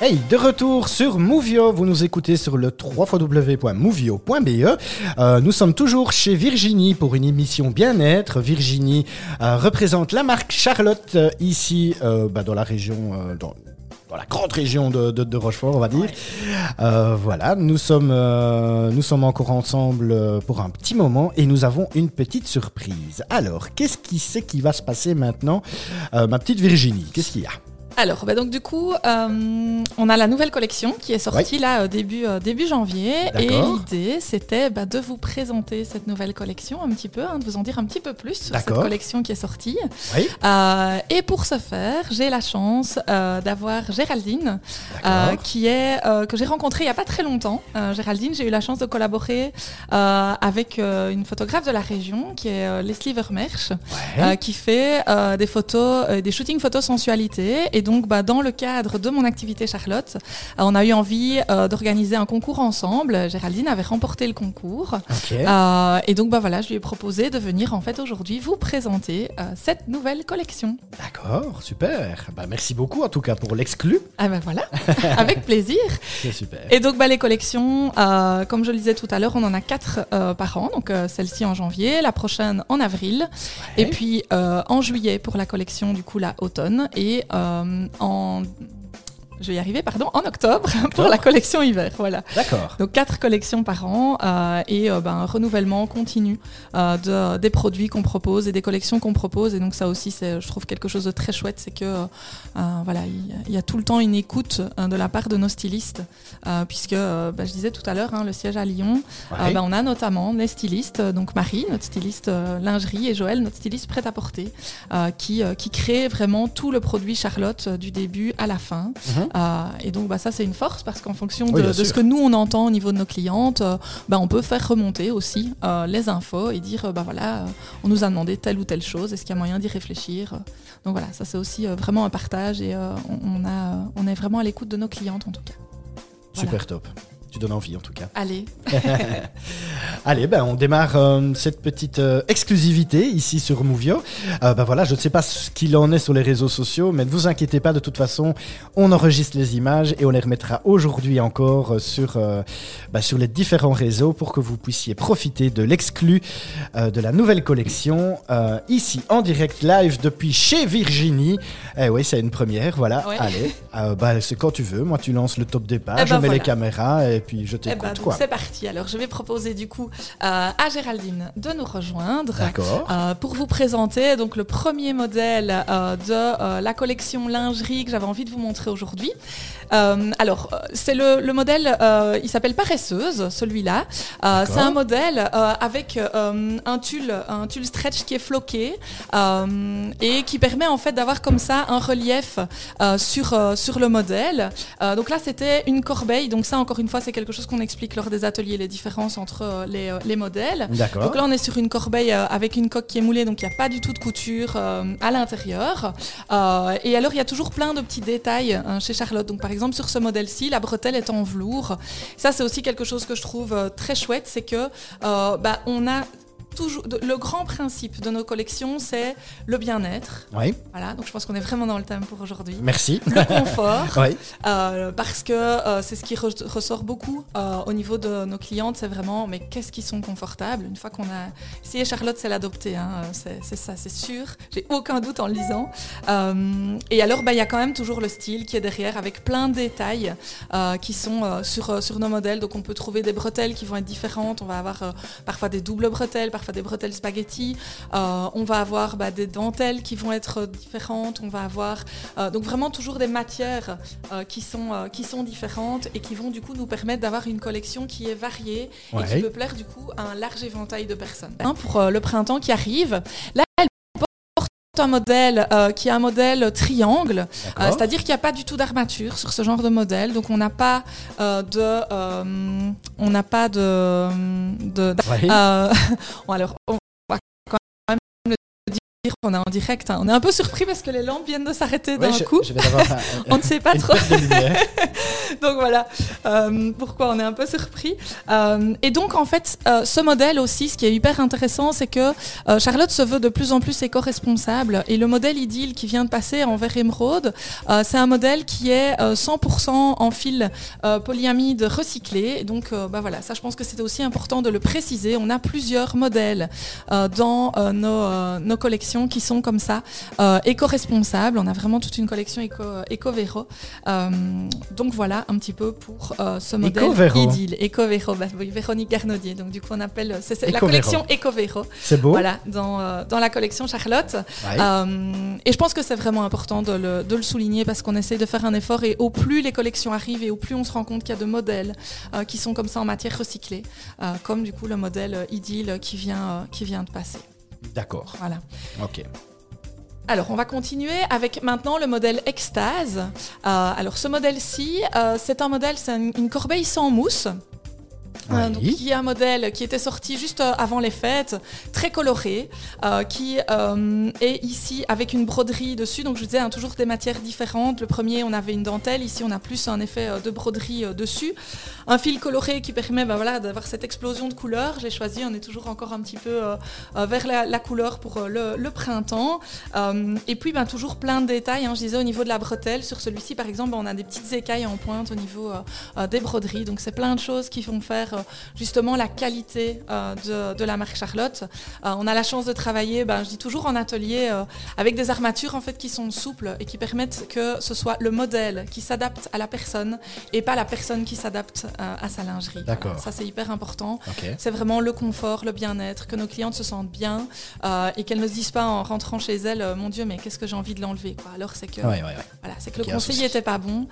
Hey, de retour sur Movio, vous nous écoutez sur le www.movio.be. Nous sommes toujours chez Virginie pour une émission bien-être. Virginie représente la marque Charlotte ici dans la région... dans la grande région de Rochefort, on va dire. Voilà, nous sommes encore ensemble pour un petit moment et nous avons une petite surprise. Alors, qu'est-ce qui va se passer maintenant, ma petite Virginie? Qu'est-ce qu'il y a? Alors, donc du coup, on a la nouvelle collection qui est sortie là début janvier. D'accord. Et l'idée, c'était de vous présenter cette nouvelle collection un petit peu, de vous en dire un petit peu plus sur cette collection qui est sortie. Oui. Et pour ce faire, j'ai la chance d'avoir Géraldine, que j'ai rencontrée il n'y a pas très longtemps. Géraldine, j'ai eu la chance de collaborer avec une photographe de la région qui est Leslie Vermersch, qui fait des photos, des shootings photos sensualité. Et donc, dans le cadre de mon activité Charlotte, on a eu envie d'organiser un concours ensemble. Géraldine avait remporté le concours. Okay. Et donc, voilà, je lui ai proposé de venir en fait aujourd'hui vous présenter cette nouvelle collection. D'accord, super. Merci beaucoup en tout cas pour l'exclu. Voilà, avec plaisir. C'est super. Et donc, les collections, comme je le disais tout à l'heure, on en a 4 par an. Donc, celle-ci en janvier, la prochaine en avril. Et puis, en juillet pour la collection, du coup, la automne. Et en octobre pour la collection hiver, voilà. D'accord. Donc 4 collections par an et un renouvellement continu des produits qu'on propose et des collections qu'on propose. Et donc ça aussi, c'est, je trouve, quelque chose de très chouette, c'est que il y a tout le temps une écoute de la part de nos stylistes, puisque je disais tout à l'heure, le siège à Lyon, on a notamment les stylistes, donc Marie, notre styliste lingerie, et Joël, notre styliste prêt-à-porter, qui crée vraiment tout le produit Charlotte du début à la fin. Et donc ça c'est une force parce qu'en fonction de ce que nous on entend au niveau de nos clientes, on peut faire remonter aussi les infos et dire on nous a demandé telle ou telle chose, est-ce qu'il y a moyen d'y réfléchir. Donc voilà, ça c'est aussi vraiment un partage et on est vraiment à l'écoute de nos clientes en tout cas. Super top. Tu donnes envie en tout cas. Allez. Allez, on démarre cette petite exclusivité ici sur Movio. Je ne sais pas ce qu'il en est sur les réseaux sociaux, mais ne vous inquiétez pas, de toute façon, on enregistre les images et on les remettra aujourd'hui encore sur les différents réseaux pour que vous puissiez profiter de l'exclu de la nouvelle collection ici en direct live depuis chez Virginie. Oui, c'est une première, voilà. Ouais. Allez, c'est quand tu veux. Moi, tu lances le top départ, je mets les caméras et puis je t'écoute. C'est parti. Alors, je vais proposer du coup à Géraldine de nous rejoindre pour vous présenter donc le premier modèle de la collection lingerie que j'avais envie de vous montrer aujourd'hui. C'est le modèle, il s'appelle Paresseuse, celui-là. C'est un modèle avec un tulle stretch qui est floqué et qui permet en fait d'avoir comme ça un relief sur le modèle. Donc là, c'était une corbeille. Donc ça, encore une fois, c'est quelque chose qu'on explique lors des ateliers, les différences entre les modèles. D'accord. Donc là, on est sur une corbeille avec une coque qui est moulée, donc il n'y a pas du tout de couture à l'intérieur. Et alors, il y a toujours plein de petits détails chez Charlotte. Donc par exemple, sur ce modèle-ci, la bretelle est en velours. Ça, c'est aussi quelque chose que je trouve très chouette, c'est que on a toujours, le grand principe de nos collections, c'est le bien-être. Oui. Voilà, donc je pense qu'on est vraiment dans le thème pour aujourd'hui. Merci. Le confort. Oui. Parce que c'est ce qui ressort beaucoup au niveau de nos clientes, c'est vraiment, mais qu'est-ce qu'ils sont confortables. Une fois qu'on a essayé Charlotte, c'est l'adopter, c'est ça, c'est sûr. J'ai aucun doute en le lisant. Et alors, il y a quand même toujours le style qui est derrière, avec plein de détails qui sont sur nos modèles. Donc, on peut trouver des bretelles qui vont être différentes. On va avoir parfois des doubles bretelles, parfois des bretelles spaghetti. On va avoir des dentelles qui vont être différentes. On va avoir donc vraiment toujours des matières qui sont différentes et qui vont du coup nous permettre d'avoir une collection qui est variée et qui peut plaire du coup à un large éventail de personnes. Pour le printemps qui arrive, là elle porte un modèle qui est un modèle triangle, c'est-à-dire qu'il n'y a pas du tout d'armature sur ce genre de modèle, donc on n'a pas alors on va quand même le dire On est en direct, hein. On est un peu surpris parce que les lampes viennent de s'arrêter d'un coup. Je vais avoir on ne sait pas trop. Donc voilà pourquoi on est un peu surpris. Et donc en fait, ce modèle aussi, ce qui est hyper intéressant, c'est que Charlotte se veut de plus en plus éco-responsable. Et le modèle Idylle qui vient de passer en verre émeraude, c'est un modèle qui est 100% en fil polyamide recyclé. Et donc voilà, ça je pense que c'était aussi important de le préciser. On a plusieurs modèles dans nos collections qui sont comme ça, éco-responsables. On a vraiment toute une collection éco-véro. Donc voilà un petit peu pour ce modèle Idylle. Éco-véro, oui, Véronique Garnaudier. Donc du coup on appelle c'est la collection éco-véro. C'est beau. Voilà, dans la collection Charlotte. Ouais. Et je pense que c'est vraiment important de le souligner parce qu'on essaie de faire un effort et au plus les collections arrivent et au plus on se rend compte qu'il y a de modèles qui sont comme ça en matière recyclée, comme du coup le modèle Idylle qui vient de passer. D'accord. Voilà. Ok. Alors, on va continuer avec maintenant le modèle Extase. Alors, ce modèle-ci, c'est une corbeille sans mousse. Donc, il y a un modèle qui était sorti juste avant les fêtes, très coloré, qui est ici avec une broderie dessus. Donc je disais, toujours des matières différentes. Le premier, on avait une dentelle. Ici, on a plus un effet de broderie dessus. Un fil coloré qui permet d'avoir cette explosion de couleurs. Je l'ai choisi, on est toujours encore un petit peu vers la couleur pour le printemps. Et puis, toujours plein de détails. Je disais, au niveau de la bretelle, sur celui-ci, par exemple, on a des petites écailles en pointe au niveau des broderies. Donc c'est plein de choses qui vont faire justement la qualité de la marque Charlotte. On a la chance de travailler, je dis toujours en atelier, avec des armatures en fait qui sont souples et qui permettent que ce soit le modèle qui s'adapte à la personne et pas la personne qui s'adapte à sa lingerie. D'accord. Ça c'est hyper important. Okay. C'est vraiment le confort, le bien-être, que nos clientes se sentent bien et qu'elles ne se disent pas en rentrant chez elles, mon Dieu, mais qu'est-ce que j'ai envie de l'enlever, quoi. Alors c'est que, voilà, c'est que le conseil n'était pas bon,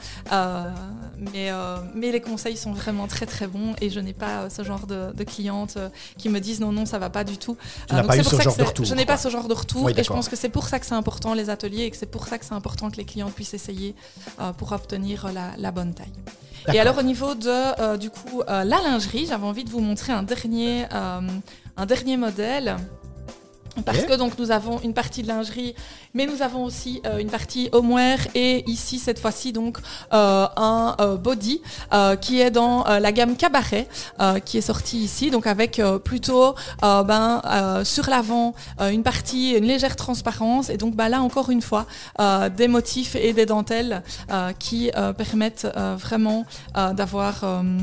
mais les conseils sont vraiment très très bons et je n'ai pas ce genre de clientes qui me disent non, ça va pas du tout. Tu n'as pas eu ce genre de retour. Je n'ai pas ce genre de retour oui, et je pense que c'est pour ça que c'est important les ateliers et que c'est pour ça que c'est important que les clients puissent essayer pour obtenir la bonne taille. D'accord. Et alors au niveau de du coup la lingerie, j'avais envie de vous montrer un dernier modèle. Parce que donc nous avons une partie de lingerie, mais nous avons aussi une partie homeware et ici cette fois-ci donc un body qui est dans la gamme cabaret qui est sorti ici, donc avec plutôt sur l'avant une légère transparence et donc là encore une fois des motifs et des dentelles qui permettent vraiment d'avoir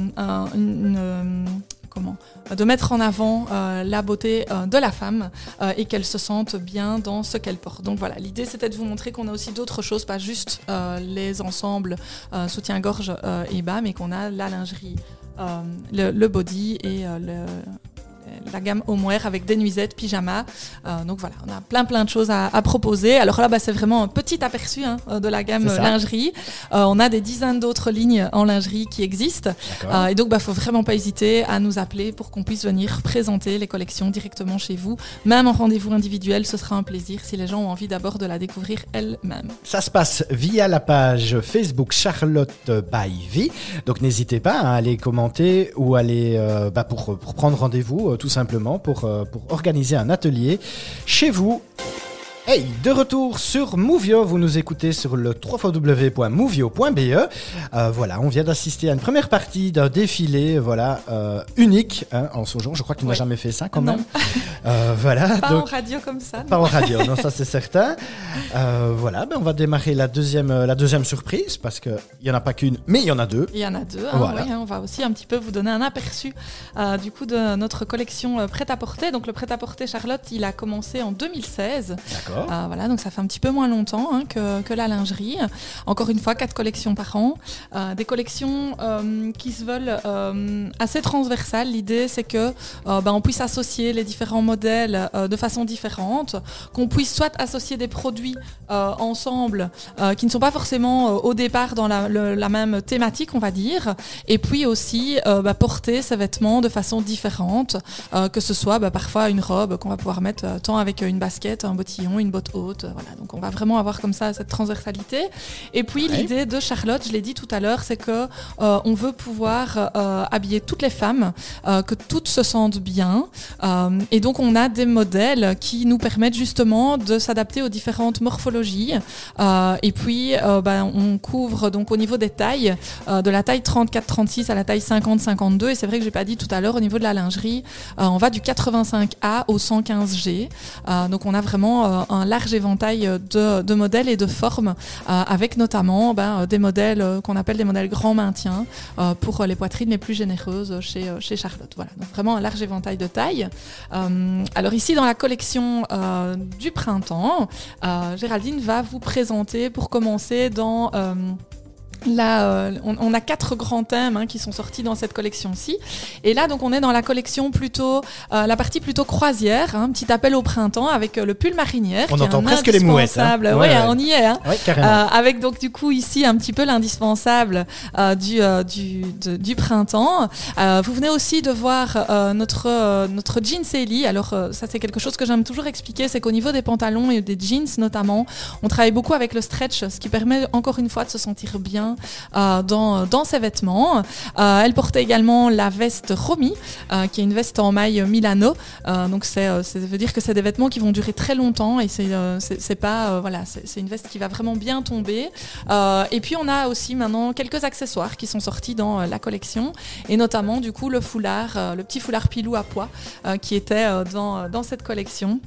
de mettre en avant la beauté de la femme et qu'elle se sente bien dans ce qu'elle porte. Donc voilà, l'idée c'était de vous montrer qu'on a aussi d'autres choses, pas juste les ensembles soutien-gorge et bas, mais qu'on a la lingerie, le body et la gamme homeware avec des nuisettes, pyjamas. Donc voilà, on a plein de choses à proposer. Alors là, c'est vraiment un petit aperçu de la gamme lingerie. On a des dizaines d'autres lignes en lingerie qui existent. Et donc, faut vraiment pas hésiter à nous appeler pour qu'on puisse venir présenter les collections directement chez vous. Même en rendez-vous individuel, ce sera un plaisir si les gens ont envie d'abord de la découvrir elles-mêmes. Ça se passe via la page Facebook Charlotte by V. Donc n'hésitez pas à aller commenter ou aller pour prendre rendez-vous tout simplement pour organiser un atelier chez vous. Hey, de retour sur Movio, vous nous écoutez sur le www.movio.be. Voilà, on vient d'assister à une première partie d'un défilé, unique en ce genre. Je crois que tu n'as jamais fait ça quand même. Voilà. Pas en radio comme ça. Pas en radio, non, ça c'est certain. On va démarrer la deuxième surprise parce que il y en a pas qu'une, mais il y en a deux. Il y en a deux. Voilà. On va aussi un petit peu vous donner un aperçu du coup de notre collection prêt-à-porter. Donc le prêt-à-porter Charlotte, il a commencé en 2016. D'accord. Donc ça fait un petit peu moins longtemps que la lingerie. Encore une fois, 4 collections par an. Des collections qui se veulent assez transversales. L'idée, c'est que on puisse associer les différents modèles de façon différente, qu'on puisse soit associer des produits ensemble qui ne sont pas forcément au départ dans la même thématique, on va dire, et puis aussi porter ces vêtements de façon différente, que ce soit parfois une robe qu'on va pouvoir mettre tant avec une basket, un bottillon, une botte haute. Voilà, donc on va vraiment avoir comme ça cette transversalité. Et puis l'idée de Charlotte, je l'ai dit tout à l'heure, c'est que on veut pouvoir habiller toutes les femmes, que toutes se sentent bien. Et donc on a des modèles qui nous permettent justement de s'adapter aux différentes morphologies. Et puis on couvre donc au niveau des tailles, de la taille 34-36 à la taille 50-52. Et c'est vrai que j'ai pas dit tout à l'heure, au niveau de la lingerie, on va du 85A au 115G. Donc on a vraiment un large éventail de modèles et de formes, avec notamment des modèles qu'on appelle des modèles grand maintien pour les poitrines les plus généreuses chez Charlotte. Voilà, donc vraiment un large éventail de tailles. Alors ici dans la collection du printemps, Géraldine va vous présenter pour commencer dans... Là, on a 4 grands thèmes qui sont sortis dans cette collection-ci. Et là, donc, on est dans la collection plutôt, la partie plutôt croisière, un petit appel au printemps avec le pull marinière. On qui entend est presque les mouettes. Ouais, on y est. Ouais, carrément. Avec donc du coup ici un petit peu l'indispensable du printemps. Vous venez aussi de voir notre jeans Ellie. Alors ça c'est quelque chose que j'aime toujours expliquer, c'est qu'au niveau des pantalons et des jeans notamment, on travaille beaucoup avec le stretch, ce qui permet encore une fois de se sentir bien dans ses vêtements. Elle portait également la veste Romy, qui est une veste en maille Milano. Donc ça veut dire que c'est des vêtements qui vont durer très longtemps et c'est pas c'est une veste qui va vraiment bien tomber. Et puis on a aussi maintenant quelques accessoires qui sont sortis dans la collection et notamment du coup le foulard, le petit foulard pilou à pois qui était dans cette collection.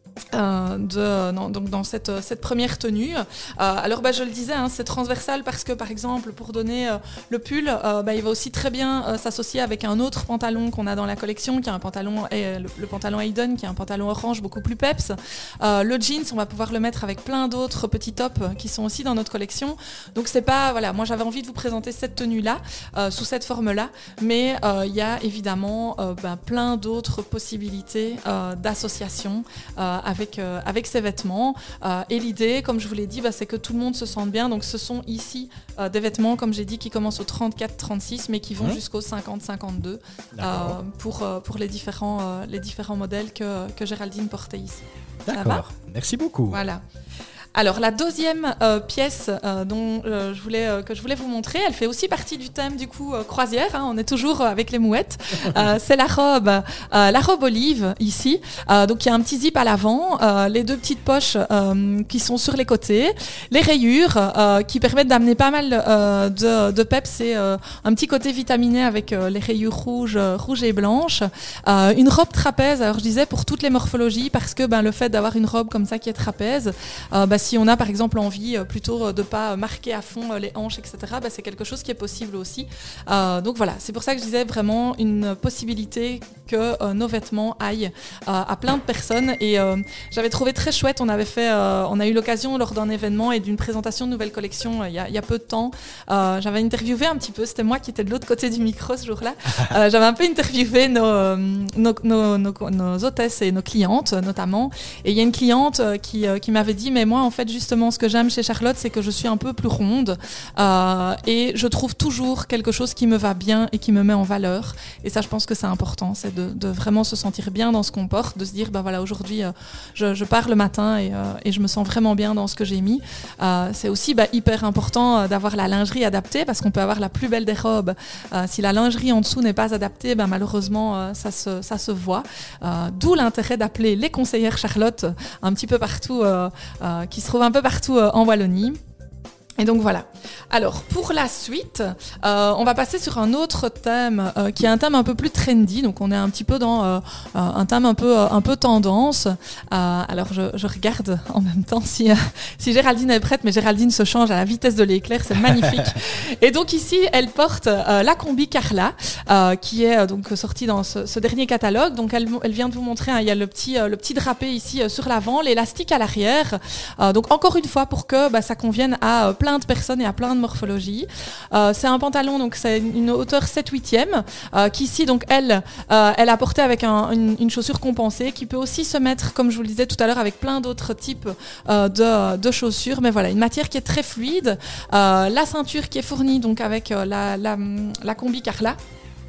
Donc dans cette première tenue. Alors je le disais, c'est transversal parce que par exemple pour donner le pull, il va aussi très bien s'associer avec un autre pantalon qu'on a dans la collection, qui est un pantalon le pantalon Hayden, qui est un pantalon orange beaucoup plus peps. Le jeans, on va pouvoir le mettre avec plein d'autres petits tops qui sont aussi dans notre collection. Donc c'est pas moi j'avais envie de vous présenter cette tenue là sous cette forme là, mais il y a évidemment plein d'autres possibilités d'association avec ces vêtements. Et l'idée, comme je vous l'ai dit, c'est que tout le monde se sente bien. Donc ce sont ici des vêtements, comme j'ai dit, qui commencent au 34-36, mais qui vont jusqu'au 50-52 pour les différents modèles que Géraldine portait ici. D'accord, merci beaucoup. Voilà. Alors la deuxième pièce que je voulais vous montrer, elle fait aussi partie du thème du coup croisière. On est toujours avec les mouettes. C'est la robe olive ici. Donc il y a un petit zip à l'avant, les 2 petites poches qui sont sur les côtés, les rayures qui permettent d'amener pas mal de peps et un petit côté vitaminé avec les rayures rouges et blanches. Une robe trapèze. Alors je disais pour toutes les morphologies parce que le fait d'avoir une robe comme ça qui est trapèze, si on a par exemple envie plutôt de pas marquer à fond les hanches, etc., c'est quelque chose qui est possible aussi. Donc voilà, c'est pour ça que je disais vraiment une possibilité que nos vêtements aillent à plein de personnes. Et j'avais trouvé très chouette, on a eu l'occasion lors d'un événement et d'une présentation de nouvelle collection il y a peu de temps. J'avais interviewé un petit peu, c'était moi qui étais de l'autre côté du micro ce jour-là. J'avais un peu interviewé nos hôtesses et nos clientes notamment. Et il y a une cliente qui m'avait dit, mais moi en fait justement ce que j'aime chez Charlotte, c'est que je suis un peu plus ronde et je trouve toujours quelque chose qui me va bien et qui me met en valeur. Et ça je pense que c'est important, c'est de vraiment se sentir bien dans ce qu'on porte, de se dire aujourd'hui je pars le matin et je me sens vraiment bien dans ce que j'ai mis. C'est aussi hyper important d'avoir la lingerie adaptée parce qu'on peut avoir la plus belle des robes. Si la lingerie en dessous n'est pas adaptée, malheureusement ça se voit. D'où l'intérêt d'appeler les conseillères Charlotte un petit peu partout, qui se trouvent un peu partout en Wallonie. Et donc voilà. Alors pour la suite, on va passer sur un autre thème qui est un thème un peu plus trendy. Donc on est un petit peu dans un thème un peu tendance. Alors je regarde en même temps si Géraldine est prête, mais Géraldine se change à la vitesse de l'éclair, c'est magnifique. Et donc ici elle porte la combi Carla qui est donc sortie dans ce dernier catalogue. Donc elle vient de vous montrer, il y a le petit drapé ici sur l'avant, l'élastique à l'arrière. Donc encore une fois pour que ça convienne à plein de personnes et à plein de morphologies. C'est un pantalon, donc c'est une hauteur 7/8e, qui ici, donc elle a porté avec une chaussure compensée, qui peut aussi se mettre, comme je vous le disais tout à l'heure, avec plein d'autres types de chaussures. Mais voilà, une matière qui est très fluide. La ceinture qui est fournie donc avec la combi Carla.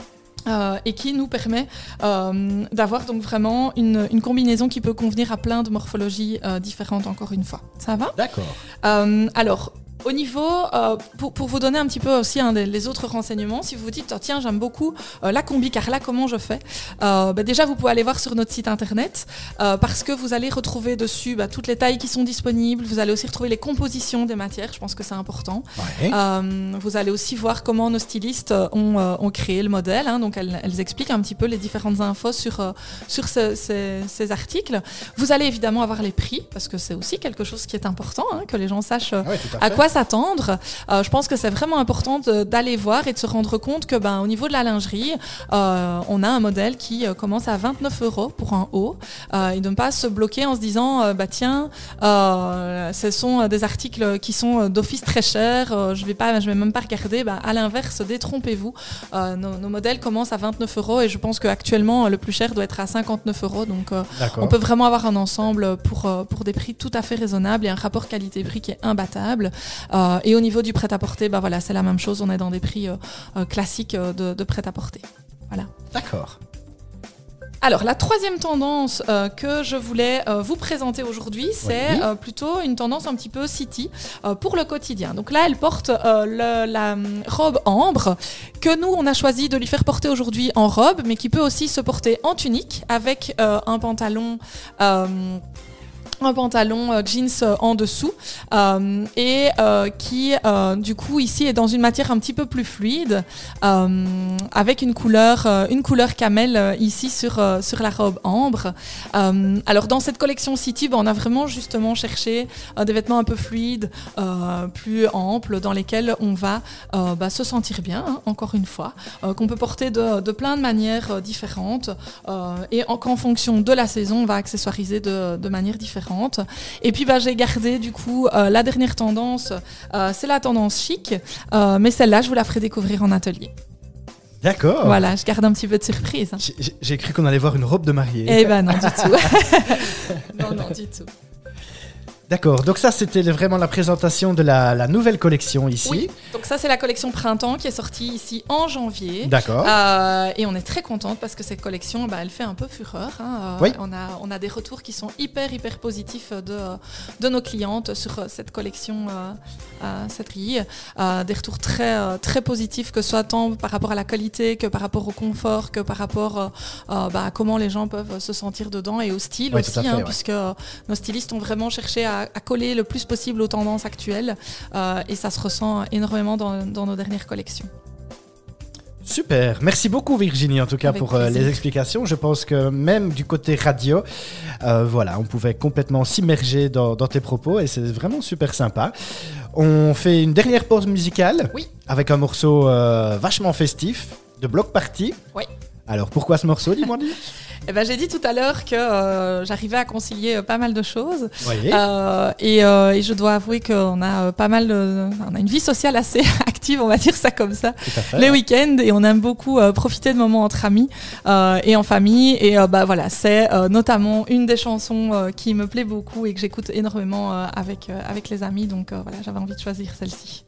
et qui nous permet d'avoir donc vraiment une combinaison qui peut convenir à plein de morphologies différentes, encore une fois. Ça va ? D'accord. Alors, au niveau, pour vous donner un petit peu aussi les autres renseignements, si vous vous dites, tiens, j'aime beaucoup la combi Carla, comment je fais ? Déjà, vous pouvez aller voir sur notre site internet, parce que vous allez retrouver dessus toutes les tailles qui sont disponibles, vous allez aussi retrouver les compositions des matières, je pense que c'est important. Ouais. Vous allez aussi voir comment nos stylistes ont créé le modèle, hein, donc elles expliquent un petit peu les différentes infos sur ces articles. Vous allez évidemment avoir les prix, parce que c'est aussi quelque chose qui est important, hein, que les gens sachent à quoi s'attendre. Je pense que c'est vraiment important d'aller voir et de se rendre compte que au niveau de la lingerie, on a un modèle qui commence à 29 € pour un haut, et de ne pas se bloquer en se disant tiens, ce sont des articles qui sont d'office très chers, je vais même pas regarder. À l'inverse, détrompez-vous. Nos modèles commencent à 29 € et je pense qu'actuellement le plus cher doit être à 59 €, donc on peut vraiment avoir un ensemble pour des prix tout à fait raisonnables et un rapport qualité-prix qui est imbattable. Et au niveau du prêt-à-porter, c'est la même chose, on est dans des prix classiques de prêt-à-porter. Voilà. D'accord. Alors, la troisième tendance que je voulais vous présenter aujourd'hui, c'est plutôt une tendance un petit peu city pour le quotidien. Donc là, elle porte la robe ambre que nous, on a choisi de lui faire porter aujourd'hui en robe, mais qui peut aussi se porter en tunique avec un pantalon jeans en dessous et qui du coup ici est dans une matière un petit peu plus fluide avec une couleur camel ici sur la robe ambre. Alors dans cette collection City, on a vraiment justement cherché des vêtements un peu fluides, plus amples, dans lesquels on va se sentir bien, hein, encore une fois, qu'on peut porter de plein de manières différentes et qu'en fonction de la saison on va accessoiriser de manière différente. Et puis j'ai gardé du coup la dernière tendance, c'est la tendance chic, mais celle-là je vous la ferai découvrir en atelier. D'accord. Voilà, je garde un petit peu de surprise. J'ai cru qu'on allait voir une robe de mariée. Eh ben non du tout. non du tout. D'accord, donc ça c'était vraiment la présentation de la nouvelle collection ici. Oui, donc ça c'est la collection printemps qui est sortie ici en janvier. D'accord. Et on est très contente parce que cette collection, elle fait un peu fureur. Hein. Oui. On a des retours qui sont hyper positifs de nos clientes sur cette collection, cette grille. Des retours très positifs, que ce soit tant par rapport à la qualité que par rapport au confort, que par rapport à comment les gens peuvent se sentir dedans et au style aussi, fait, puisque nos stylistes ont vraiment cherché à coller le plus possible aux tendances actuelles et ça se ressent énormément dans nos dernières collections. Super, merci beaucoup Virginie en tout cas pour les explications. Je pense que même du côté radio, on pouvait complètement s'immerger dans tes propos et c'est vraiment super sympa. On fait une dernière pause musicale avec un morceau vachement festif de Bloc Party. Oui. Alors pourquoi ce morceau, dis-moi? J'ai dit tout à l'heure que j'arrivais à concilier pas mal de choses. Oui. Et je dois avouer qu'on a on a une vie sociale assez active, on va dire ça comme ça, les week-ends, et on aime beaucoup profiter de moments entre amis et en famille. Et c'est notamment une des chansons qui me plaît beaucoup et que j'écoute énormément avec les amis. Donc j'avais envie de choisir celle-ci.